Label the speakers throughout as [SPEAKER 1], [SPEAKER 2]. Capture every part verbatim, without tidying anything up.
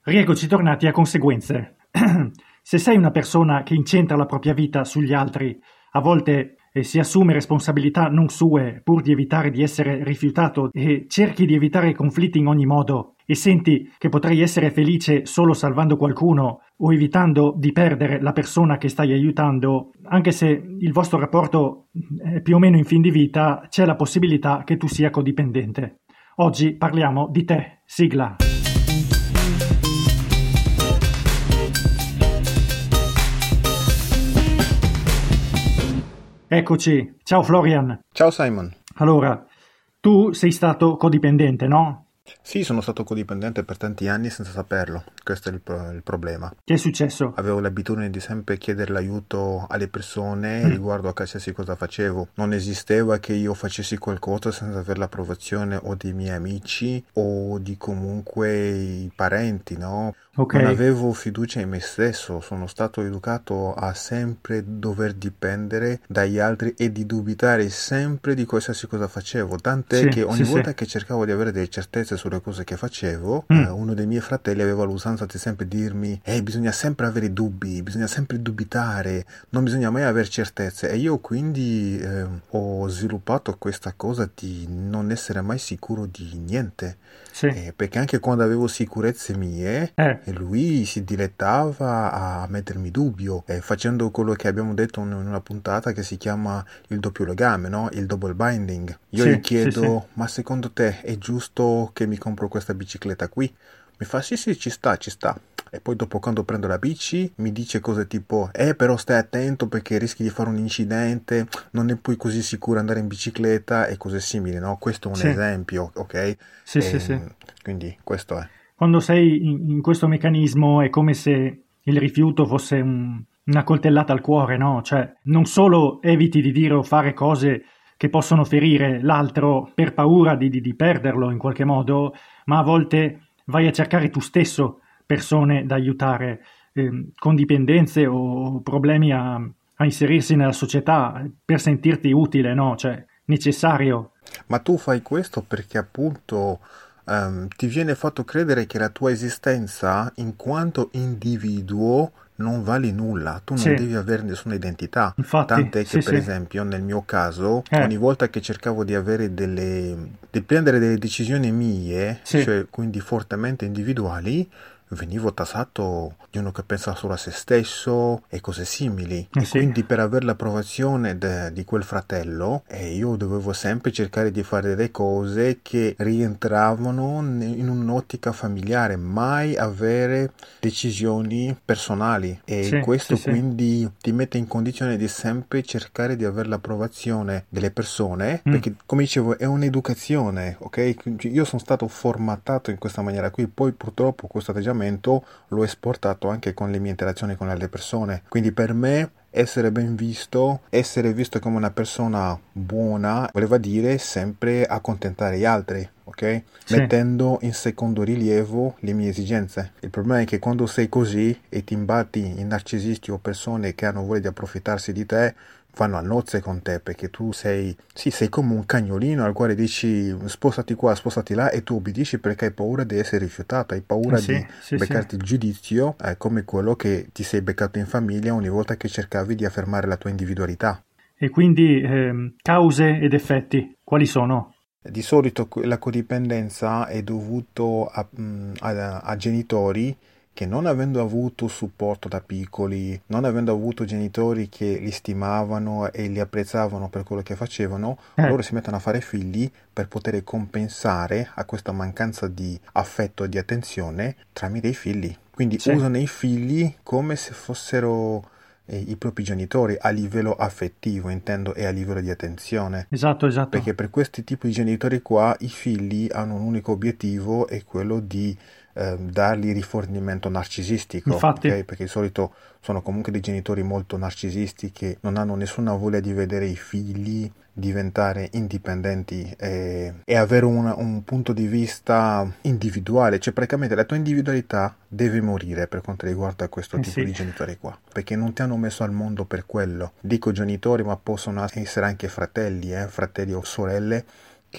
[SPEAKER 1] Rieccoci tornati a conseguenze. Se sei una persona che incentra la propria vita sugli altri, a volte eh, si assume responsabilità non sue pur di evitare di essere rifiutato e cerchi di evitare conflitti in ogni modo e senti che potrai essere felice solo salvando qualcuno o evitando di perdere la persona che stai aiutando, anche se il vostro rapporto è più o meno in fin di vita, c'è la possibilità che tu sia codipendente. Oggi parliamo di te. Sigla. Eccoci, ciao Florian.
[SPEAKER 2] Ciao Simon.
[SPEAKER 1] Allora, tu sei stato codipendente, no?
[SPEAKER 2] Sì, sono stato codipendente per tanti anni senza saperlo, questo è il, pro- il problema.
[SPEAKER 1] Che è successo?
[SPEAKER 2] Avevo l'abitudine di sempre chiedere l'aiuto alle persone
[SPEAKER 1] Mm.
[SPEAKER 2] riguardo a qualsiasi cosa facevo. Non esisteva che io facessi qualcosa senza avere l'approvazione o dei miei amici o di comunque i parenti, no?
[SPEAKER 1] Ok.
[SPEAKER 2] Non avevo fiducia in me stesso, sono stato educato a sempre dover dipendere dagli altri e di dubitare sempre di qualsiasi cosa facevo, tant'è
[SPEAKER 1] Sì,
[SPEAKER 2] che ogni
[SPEAKER 1] sì,
[SPEAKER 2] volta
[SPEAKER 1] sì.
[SPEAKER 2] che cercavo di avere delle certezze sulle cose che facevo,
[SPEAKER 1] Mm.
[SPEAKER 2] eh, uno dei miei fratelli aveva l'usanza di sempre dirmi eh, bisogna sempre avere dubbi, bisogna sempre dubitare, non bisogna mai avere certezze, e io quindi eh, ho sviluppato questa cosa di non essere mai sicuro di niente.
[SPEAKER 1] Sì.
[SPEAKER 2] Eh, perché anche quando avevo sicurezze mie,
[SPEAKER 1] Eh,
[SPEAKER 2] e lui si dilettava a mettermi dubbio, eh, facendo quello che abbiamo detto in una puntata che si chiama il doppio legame, no? Il double binding. Io
[SPEAKER 1] Sì,
[SPEAKER 2] gli
[SPEAKER 1] sì,
[SPEAKER 2] chiedo,
[SPEAKER 1] sì.
[SPEAKER 2] ma secondo te è giusto che mi compro questa bicicletta qui? Mi fa, sì, sì, ci sta, ci sta. E poi dopo, quando prendo la bici, mi dice cose tipo, eh, però stai attento perché rischi di fare un incidente, non è poi così sicuro andare in bicicletta e cose simili, no? Questo è un
[SPEAKER 1] Sì,
[SPEAKER 2] esempio, ok?
[SPEAKER 1] sì, sì, sì.
[SPEAKER 2] Ehm, quindi questo è.
[SPEAKER 1] Quando sei in, in questo meccanismo è come se il rifiuto fosse un- una coltellata al cuore, no? Cioè, non solo eviti di dire o fare cose che possono ferire l'altro per paura di, di- di perderlo in qualche modo, ma a volte vai a cercare tu stesso persone da aiutare, ehm, con dipendenze o problemi a, a inserirsi nella società per sentirti utile, no? Cioè, necessario.
[SPEAKER 2] Ma tu fai questo perché appunto ehm, ti viene fatto credere che la tua esistenza in quanto individuo non vale nulla, tu non
[SPEAKER 1] Sì,
[SPEAKER 2] devi avere nessuna identità.
[SPEAKER 1] infatti,
[SPEAKER 2] Tant'è che
[SPEAKER 1] sì,
[SPEAKER 2] per
[SPEAKER 1] sì.
[SPEAKER 2] esempio nel mio caso, ogni
[SPEAKER 1] Eh,
[SPEAKER 2] volta che cercavo di avere delle, di prendere delle decisioni mie,
[SPEAKER 1] sì,
[SPEAKER 2] cioè quindi fortemente individuali, venivo tasato di uno che pensa solo a se stesso e cose simili.
[SPEAKER 1] eh
[SPEAKER 2] E
[SPEAKER 1] sì.
[SPEAKER 2] quindi per avere l'approvazione de- di quel fratello, eh, io dovevo sempre cercare di fare delle cose che rientravano ne- in un'ottica familiare, mai avere decisioni personali. E
[SPEAKER 1] Sì, sì,
[SPEAKER 2] questo
[SPEAKER 1] sì.
[SPEAKER 2] quindi ti mette in condizione di sempre cercare di avere l'approvazione delle persone,
[SPEAKER 1] Mm,
[SPEAKER 2] perché come dicevo è un'educazione, ok? Quindi io sono stato formattato in questa maniera qui, poi purtroppo questo atteggiamento l'ho esportato anche con le mie interazioni con le altre persone. Quindi per me essere ben visto, essere visto come una persona buona, voleva dire sempre accontentare gli altri, ok?
[SPEAKER 1] sì,
[SPEAKER 2] Mettendo in secondo rilievo le mie esigenze. Il problema è che quando sei così e ti imbatti in narcisisti o persone che hanno voglia di approfittarsi di te, fanno a nozze con te, perché tu sei, sì, sei come un cagnolino al quale dici spostati qua, spostati là, e tu obbedisci perché hai paura di essere rifiutato, hai
[SPEAKER 1] eh
[SPEAKER 2] paura
[SPEAKER 1] sì,
[SPEAKER 2] di
[SPEAKER 1] sì, sì.
[SPEAKER 2] beccarti il giudizio, eh, come quello che ti sei beccato in famiglia ogni volta che cercavi di affermare la tua individualità.
[SPEAKER 1] E quindi ehm, cause ed effetti, quali sono?
[SPEAKER 2] Di solito que- la codipendenza è dovuto a, mh, a- a genitori che, non avendo avuto supporto da piccoli, non avendo avuto genitori che li stimavano e li apprezzavano per quello che facevano,
[SPEAKER 1] Eh,
[SPEAKER 2] loro si mettono a fare figli per poter compensare a questa mancanza di affetto e di attenzione tramite i figli. Quindi
[SPEAKER 1] sì,
[SPEAKER 2] usano i figli come se fossero eh, i propri genitori a livello affettivo, intendo, e a livello di attenzione.
[SPEAKER 1] esatto, esatto.
[SPEAKER 2] Perché per questi tipi di genitori qua i figli hanno un unico obiettivo, è quello di eh, dargli rifornimento narcisistico, ok?
[SPEAKER 1] Infatti,
[SPEAKER 2] Perché di solito sono comunque dei genitori molto narcisisti che non hanno nessuna voglia di vedere i figli diventare indipendenti e, e avere una- un punto di vista individuale, cioè praticamente la tua individualità deve morire per quanto riguarda questo
[SPEAKER 1] eh
[SPEAKER 2] tipo
[SPEAKER 1] sì,
[SPEAKER 2] di genitori qua, perché non ti hanno messo al mondo per quello. Dico genitori, ma possono essere anche fratelli, eh, fratelli o sorelle che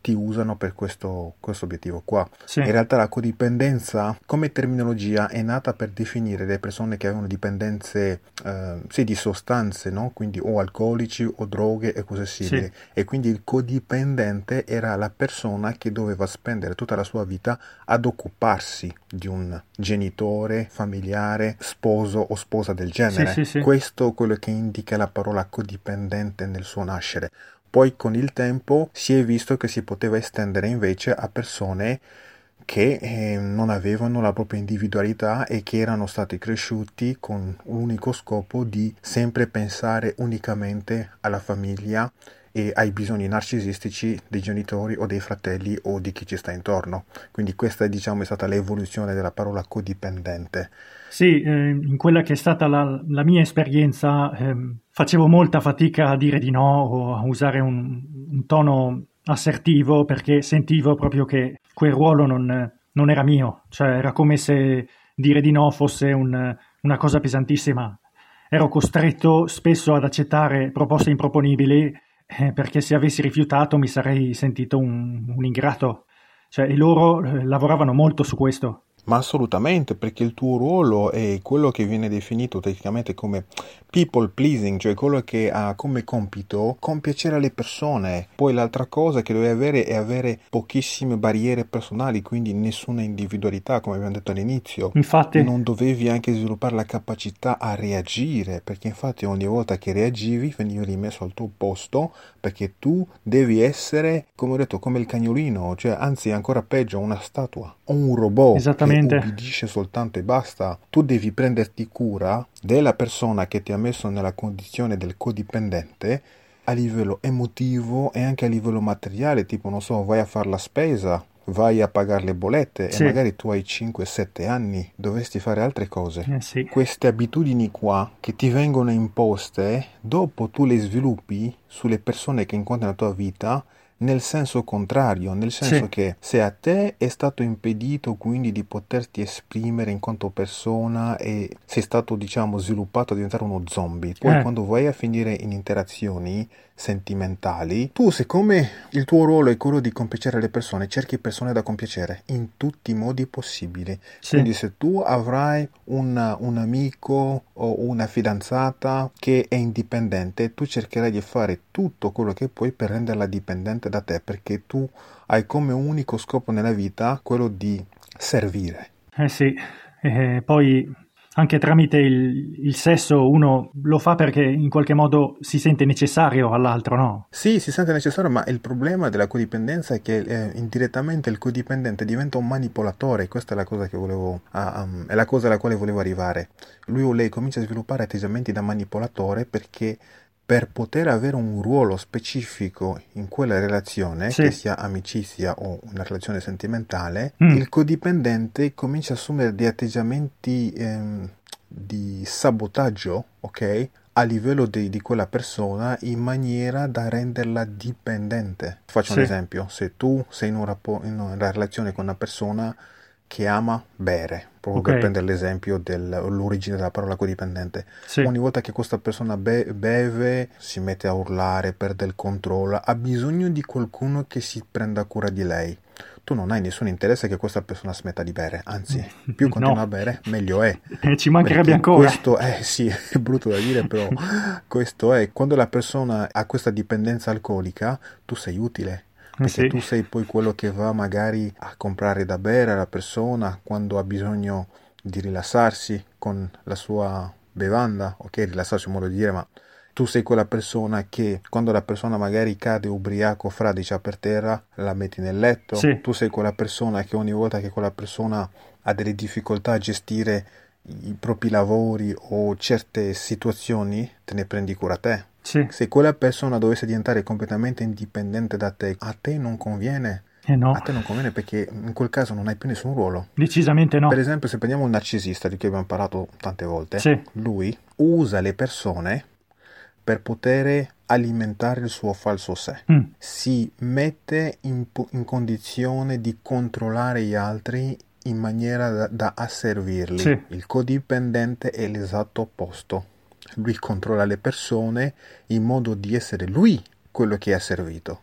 [SPEAKER 2] ti usano per questo, questo obiettivo qua.
[SPEAKER 1] Sì.
[SPEAKER 2] In realtà la codipendenza come terminologia è nata per definire le persone che avevano dipendenze eh, sì, di sostanze, no? Quindi o alcolici o droghe e cose simili.
[SPEAKER 1] Sì.
[SPEAKER 2] E quindi il codipendente era la persona che doveva spendere tutta la sua vita ad occuparsi di un genitore, familiare, sposo o sposa del genere.
[SPEAKER 1] Sì, sì, sì.
[SPEAKER 2] Questo è quello che indica la parola codipendente nel suo nascere. Poi con il tempo si è visto che si poteva estendere invece a persone che eh, non avevano la propria individualità e che erano stati cresciuti con l'unico scopo di sempre pensare unicamente alla famiglia e ai bisogni narcisistici dei genitori o dei fratelli o di chi ci sta intorno. Quindi questa, diciamo, è stata l'evoluzione della parola codipendente.
[SPEAKER 1] Sì, eh, in quella che è stata la, la mia esperienza, ehm, facevo molta fatica a dire di no o a usare un, un tono assertivo perché sentivo proprio che quel ruolo non, non era mio, cioè era come se dire di no fosse un, una cosa pesantissima. Ero costretto spesso ad accettare proposte improponibili eh, perché se avessi rifiutato mi sarei sentito un, un ingrato, cioè, e loro eh, lavoravano molto su questo.
[SPEAKER 2] Ma assolutamente, perché il tuo ruolo è quello che viene definito tecnicamente come people pleasing, cioè quello che ha come compito compiacere le persone. Poi l'altra cosa che devi avere è avere pochissime barriere personali, quindi nessuna individualità, come abbiamo detto all'inizio.
[SPEAKER 1] Infatti,
[SPEAKER 2] Non dovevi anche sviluppare la capacità a reagire, perché infatti ogni volta che reagivi venivi rimesso al tuo posto, perché tu devi essere, come ho detto, come il cagnolino, cioè anzi ancora peggio, una statua o un robot.
[SPEAKER 1] esattamente.
[SPEAKER 2] Che ubbidisce soltanto e basta. Tu devi prenderti cura della persona che ti ha messo nella condizione del codipendente a livello emotivo e anche a livello materiale, tipo non so, vai a fare la spesa, vai a pagare le bollette
[SPEAKER 1] Sì.
[SPEAKER 2] e magari tu hai cinque sette anni, dovresti fare altre cose.
[SPEAKER 1] Eh sì.
[SPEAKER 2] Queste abitudini qua che ti vengono imposte, dopo tu le sviluppi sulle persone che incontri nella tua vita nel senso contrario, nel senso
[SPEAKER 1] Sì.
[SPEAKER 2] che se a te è stato impedito quindi di poterti esprimere in quanto persona e sei stato, diciamo, sviluppato a diventare uno zombie, poi
[SPEAKER 1] Eh.
[SPEAKER 2] quando vai a finire in interazioni sentimentali, tu, siccome il tuo ruolo è quello di compiacere le persone, cerchi persone da compiacere in tutti i modi possibili.
[SPEAKER 1] Sì.
[SPEAKER 2] Quindi se tu avrai una, un amico o una fidanzata che è indipendente, tu cercherai di fare tutto quello che puoi per renderla dipendente da te, perché tu hai come unico scopo nella vita quello di servire.
[SPEAKER 1] Eh sì, e poi anche tramite il, il sesso uno lo fa perché in qualche modo si sente necessario all'altro, no?
[SPEAKER 2] Sì, si sente necessario, ma il problema della codipendenza è che eh, indirettamente il codipendente diventa un manipolatore. Questa è la cosa che volevo, ah, um, è la cosa alla quale volevo arrivare. Lui o lei comincia a sviluppare atteggiamenti da manipolatore perché per poter avere un ruolo specifico in quella relazione,
[SPEAKER 1] Sì.
[SPEAKER 2] che sia amicizia o una relazione sentimentale,
[SPEAKER 1] Mm.
[SPEAKER 2] il codipendente comincia a assumere degli atteggiamenti ehm, di sabotaggio, ok? A livello di, di quella persona in maniera da renderla dipendente. Faccio
[SPEAKER 1] Sì.
[SPEAKER 2] un esempio: se tu sei in, un rappo- in una relazione con una persona che ama bere, proprio
[SPEAKER 1] Ok.
[SPEAKER 2] per prendere l'esempio dell'origine della parola codipendente,
[SPEAKER 1] Sì.
[SPEAKER 2] ogni volta che questa persona be- beve si mette a urlare, perde il controllo, ha bisogno di qualcuno che si prenda cura di lei. Tu non hai nessun interesse che questa persona smetta di bere, anzi, più continua
[SPEAKER 1] No.
[SPEAKER 2] a bere, meglio è.
[SPEAKER 1] Eh, ci mancherebbe
[SPEAKER 2] Perché
[SPEAKER 1] ancora.
[SPEAKER 2] questo è, sì, è brutto da dire, però questo è, quando la persona ha questa dipendenza alcolica, tu sei utile.
[SPEAKER 1] Eh
[SPEAKER 2] Perché
[SPEAKER 1] sì.
[SPEAKER 2] tu sei poi quello che va magari a comprare da bere alla persona quando ha bisogno di rilassarsi con la sua bevanda, ok, rilassarsi è un modo di dire, ma tu sei quella persona che quando la persona magari cade ubriaco, fradicia per terra, la metti nel letto.
[SPEAKER 1] Sì.
[SPEAKER 2] Tu sei quella persona che ogni volta che quella persona ha delle difficoltà a gestire i propri lavori o certe situazioni, te ne prendi cura te.
[SPEAKER 1] Sì.
[SPEAKER 2] Se quella persona dovesse diventare completamente indipendente da te, a te non conviene.
[SPEAKER 1] Eh no.
[SPEAKER 2] A te non conviene perché in quel caso non hai più nessun ruolo.
[SPEAKER 1] Decisamente no.
[SPEAKER 2] Per esempio, se prendiamo un narcisista di cui abbiamo parlato tante volte,
[SPEAKER 1] Sì.
[SPEAKER 2] lui usa le persone per poter alimentare il suo falso sé.
[SPEAKER 1] Mm.
[SPEAKER 2] Si mette in, in condizione di controllare gli altri in maniera da, da asservirli.
[SPEAKER 1] Sì.
[SPEAKER 2] Il codipendente è l'esatto opposto. Lui controlla le persone in modo di essere lui quello che è asservito.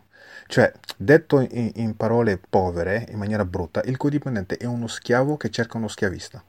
[SPEAKER 2] Cioè, detto in, in parole povere, in maniera brutta, il codipendente è uno schiavo che cerca uno schiavista.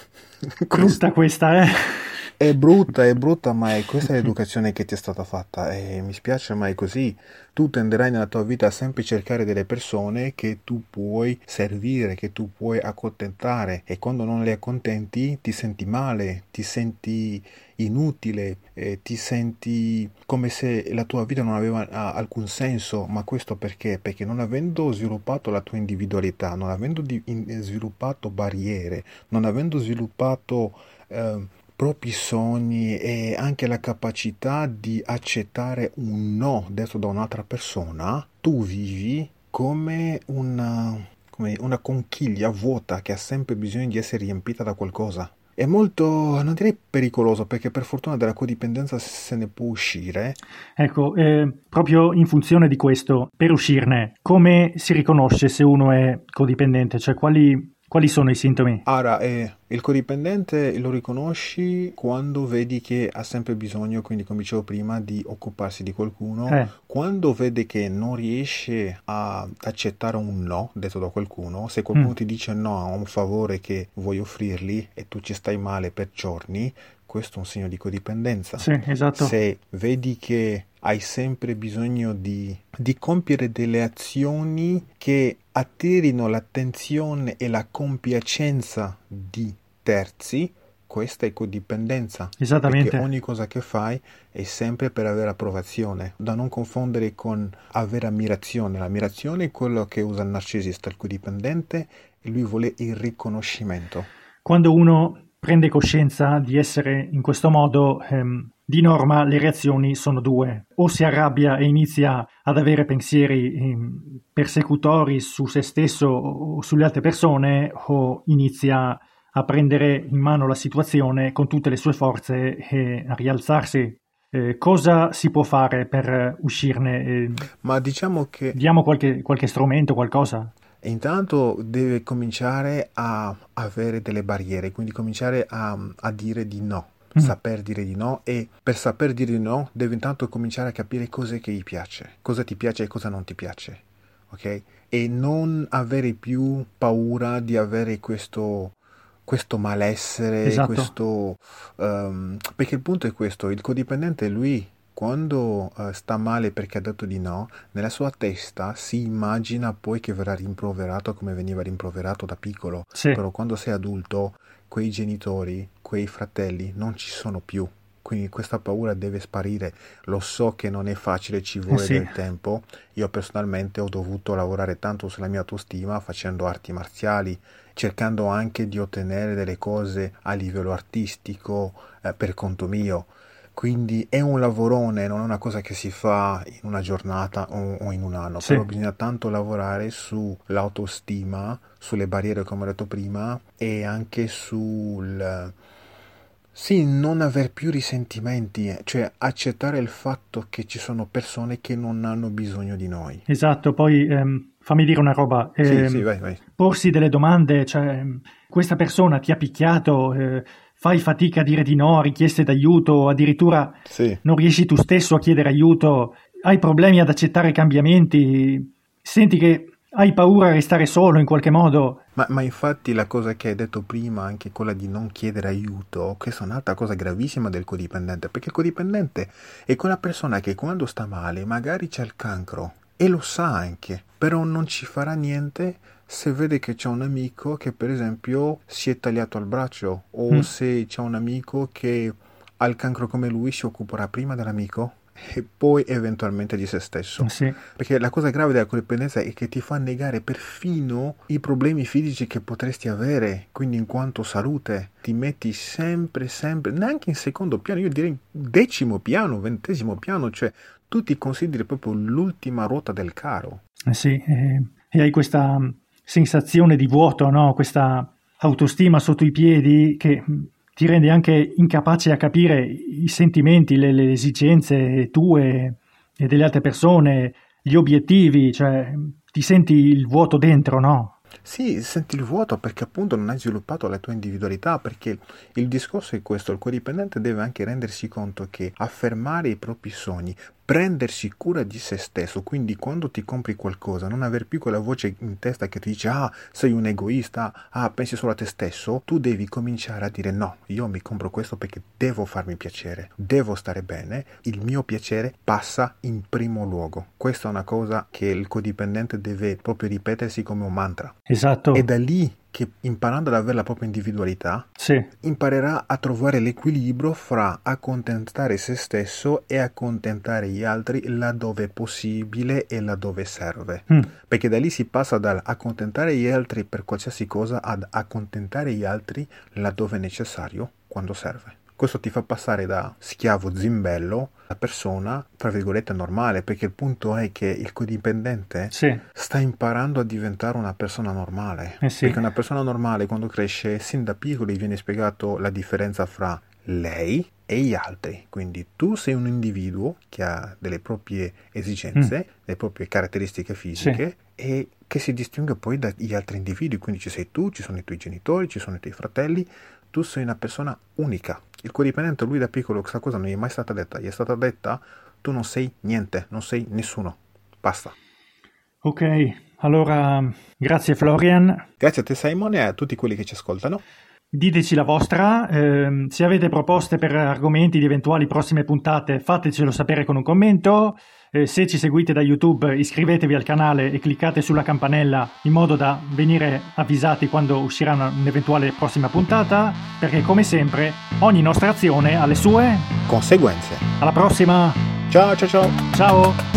[SPEAKER 1] Brutta questa, eh?
[SPEAKER 2] È brutta, è brutta, ma è questa l'educazione che ti è stata fatta e mi spiace, ma è così. Tu tenderai nella tua vita a sempre cercare delle persone che tu puoi servire, che tu puoi accontentare e quando non le accontenti ti senti male, ti senti inutile, eh, ti senti come se la tua vita non aveva ah, alcun senso, ma questo perché? Perché non avendo sviluppato la tua individualità, non avendo di, in, sviluppato barriere, non avendo sviluppato eh, propri sogni e anche la capacità di accettare un no detto da un'altra persona, tu vivi come una, come una conchiglia vuota che ha sempre bisogno di essere riempita da qualcosa. È molto, non direi pericoloso, perché per fortuna dalla codipendenza se ne può uscire.
[SPEAKER 1] Ecco, eh, proprio in funzione di questo, per uscirne, come si riconosce se uno è codipendente? Cioè, quali, quali sono i sintomi?
[SPEAKER 2] Ora, eh, il codipendente lo riconosci quando vedi che ha sempre bisogno, quindi come dicevo prima, di occuparsi di qualcuno,
[SPEAKER 1] Eh.
[SPEAKER 2] quando vede che non riesce a accettare un no detto da qualcuno, se qualcuno
[SPEAKER 1] Mm.
[SPEAKER 2] ti dice no a un favore che vuoi offrirgli e tu ci stai male per giorni, questo è un segno di codipendenza.
[SPEAKER 1] Sì, esatto.
[SPEAKER 2] Se vedi che hai sempre bisogno di, di compiere delle azioni che attirino l'attenzione e la compiacenza di terzi, questa è codipendenza.
[SPEAKER 1] Esattamente.
[SPEAKER 2] Perché ogni cosa che fai è sempre per avere approvazione, da non confondere con avere ammirazione. L'ammirazione è quello che usa il narcisista, il codipendente, e lui vuole il riconoscimento.
[SPEAKER 1] Quando uno prende coscienza di essere in questo modo, ehm, di norma le reazioni sono due: o si arrabbia e inizia ad avere pensieri ehm, persecutori su se stesso o sulle altre persone, o inizia a prendere in mano la situazione con tutte le sue forze e a rialzarsi. Eh, cosa si può fare per uscirne? Eh,
[SPEAKER 2] Ma diciamo che
[SPEAKER 1] diamo qualche, qualche strumento, qualcosa?
[SPEAKER 2] intanto deve cominciare a avere delle barriere, quindi cominciare a, a dire di no, mm. saper dire di no, e per saper dire di no deve intanto cominciare a capire cos'è che gli piace, cosa ti piace e cosa non ti piace, ok? E non avere più paura di avere questo, questo malessere,
[SPEAKER 1] esatto.
[SPEAKER 2] questo, um, perché il punto è questo, il codipendente lui quando uh, sta male perché ha detto di no, nella sua testa si immagina poi che verrà rimproverato come veniva rimproverato da piccolo.
[SPEAKER 1] Sì.
[SPEAKER 2] Però quando sei adulto, quei genitori, quei fratelli non ci sono più. Quindi questa paura deve sparire. Lo so che non è facile, ci vuole
[SPEAKER 1] eh sì.
[SPEAKER 2] del tempo. Io personalmente ho dovuto lavorare tanto sulla mia autostima facendo arti marziali, cercando anche di ottenere delle cose a livello artistico eh, per conto mio. Quindi è un lavorone, non è una cosa che si fa in una giornata o, o in un anno, sì. Però bisogna tanto lavorare sull'autostima, sulle barriere come ho detto prima, e anche sul sì, non aver più risentimenti, cioè accettare il fatto che ci sono persone che non hanno bisogno di noi.
[SPEAKER 1] Esatto, poi ehm, fammi dire una roba, ehm,
[SPEAKER 2] sì, sì, vai, vai.
[SPEAKER 1] Porsi delle domande, cioè questa persona ti ha picchiato, eh, fai fatica a dire di no a richieste d'aiuto, addirittura
[SPEAKER 2] sì.
[SPEAKER 1] non riesci tu stesso a chiedere aiuto, hai problemi ad accettare cambiamenti, senti che hai paura a restare solo in qualche modo.
[SPEAKER 2] Ma, ma infatti la cosa che hai detto prima, anche quella di non chiedere aiuto, questa è un'altra cosa gravissima del codipendente, perché il codipendente è quella persona che quando sta male magari c'è il cancro e lo sa anche, però non ci farà niente se vede che c'è un amico che per esempio si è tagliato al braccio o mm. se c'è un amico che ha il cancro come lui, si occuperà prima dell'amico e poi eventualmente di se stesso.
[SPEAKER 1] Sì.
[SPEAKER 2] Perché la cosa grave della codipendenza è che ti fa negare perfino i problemi fisici che potresti avere, quindi in quanto salute ti metti sempre sempre neanche in secondo piano, io direi decimo piano, ventesimo piano, cioè tu ti consideri proprio l'ultima ruota del carro.
[SPEAKER 1] Eh sì, eh, e hai questa sensazione di vuoto, no? Questa autostima sotto i piedi che ti rende anche incapace a capire i sentimenti, le, le esigenze tue e delle altre persone, gli obiettivi, cioè ti senti il vuoto dentro, no?
[SPEAKER 2] Sì, senti il vuoto perché appunto non hai sviluppato la tua individualità, perché il discorso è questo, il codipendente deve anche rendersi conto che affermare i propri sogni, prendersi cura di se stesso, quindi quando ti compri qualcosa non aver più quella voce in testa che ti dice ah sei un egoista, ah pensi solo a te stesso, tu devi cominciare a dire no, io mi compro questo perché devo farmi piacere, devo stare bene, il mio piacere passa in primo luogo. Questa è una cosa che il codipendente deve proprio ripetersi come un mantra.
[SPEAKER 1] Esatto.
[SPEAKER 2] E da lì che imparando ad avere la propria individualità,
[SPEAKER 1] sì.
[SPEAKER 2] imparerà a trovare l'equilibrio fra accontentare se stesso e accontentare gli altri laddove è possibile e laddove serve. Mm. Perché da lì si passa dall'accontentare gli altri per qualsiasi cosa ad accontentare gli altri laddove è necessario, quando serve. Questo ti fa passare da schiavo zimbello a persona, tra virgolette, normale, perché il punto è che il codipendente
[SPEAKER 1] sì.
[SPEAKER 2] sta imparando a diventare una persona normale.
[SPEAKER 1] Eh sì.
[SPEAKER 2] Perché una persona normale, quando cresce, sin da piccoli viene spiegato la differenza fra lei e gli altri. Quindi tu sei un individuo che ha delle proprie esigenze, mm. le proprie caratteristiche fisiche, sì. e che si distingue poi dagli altri individui. Quindi ci sei tu, ci sono i tuoi genitori, ci sono i tuoi fratelli, tu sei una persona unica. Il codipendente, lui da piccolo, questa cosa non gli è mai stata detta. Gli è stata detta, tu non sei niente, non sei nessuno. Basta.
[SPEAKER 1] Ok, allora grazie Florian.
[SPEAKER 2] Grazie a te Simon e a tutti quelli che ci ascoltano.
[SPEAKER 1] Diteci la vostra, eh, se avete proposte per argomenti di eventuali prossime puntate fatecelo sapere con un commento, eh, se ci seguite da YouTube iscrivetevi al canale e cliccate sulla campanella in modo da venire avvisati quando uscirà una, un'eventuale prossima puntata, perché come sempre ogni nostra azione ha le sue
[SPEAKER 2] conseguenze.
[SPEAKER 1] Alla prossima!
[SPEAKER 2] Ciao ciao ciao!
[SPEAKER 1] Ciao!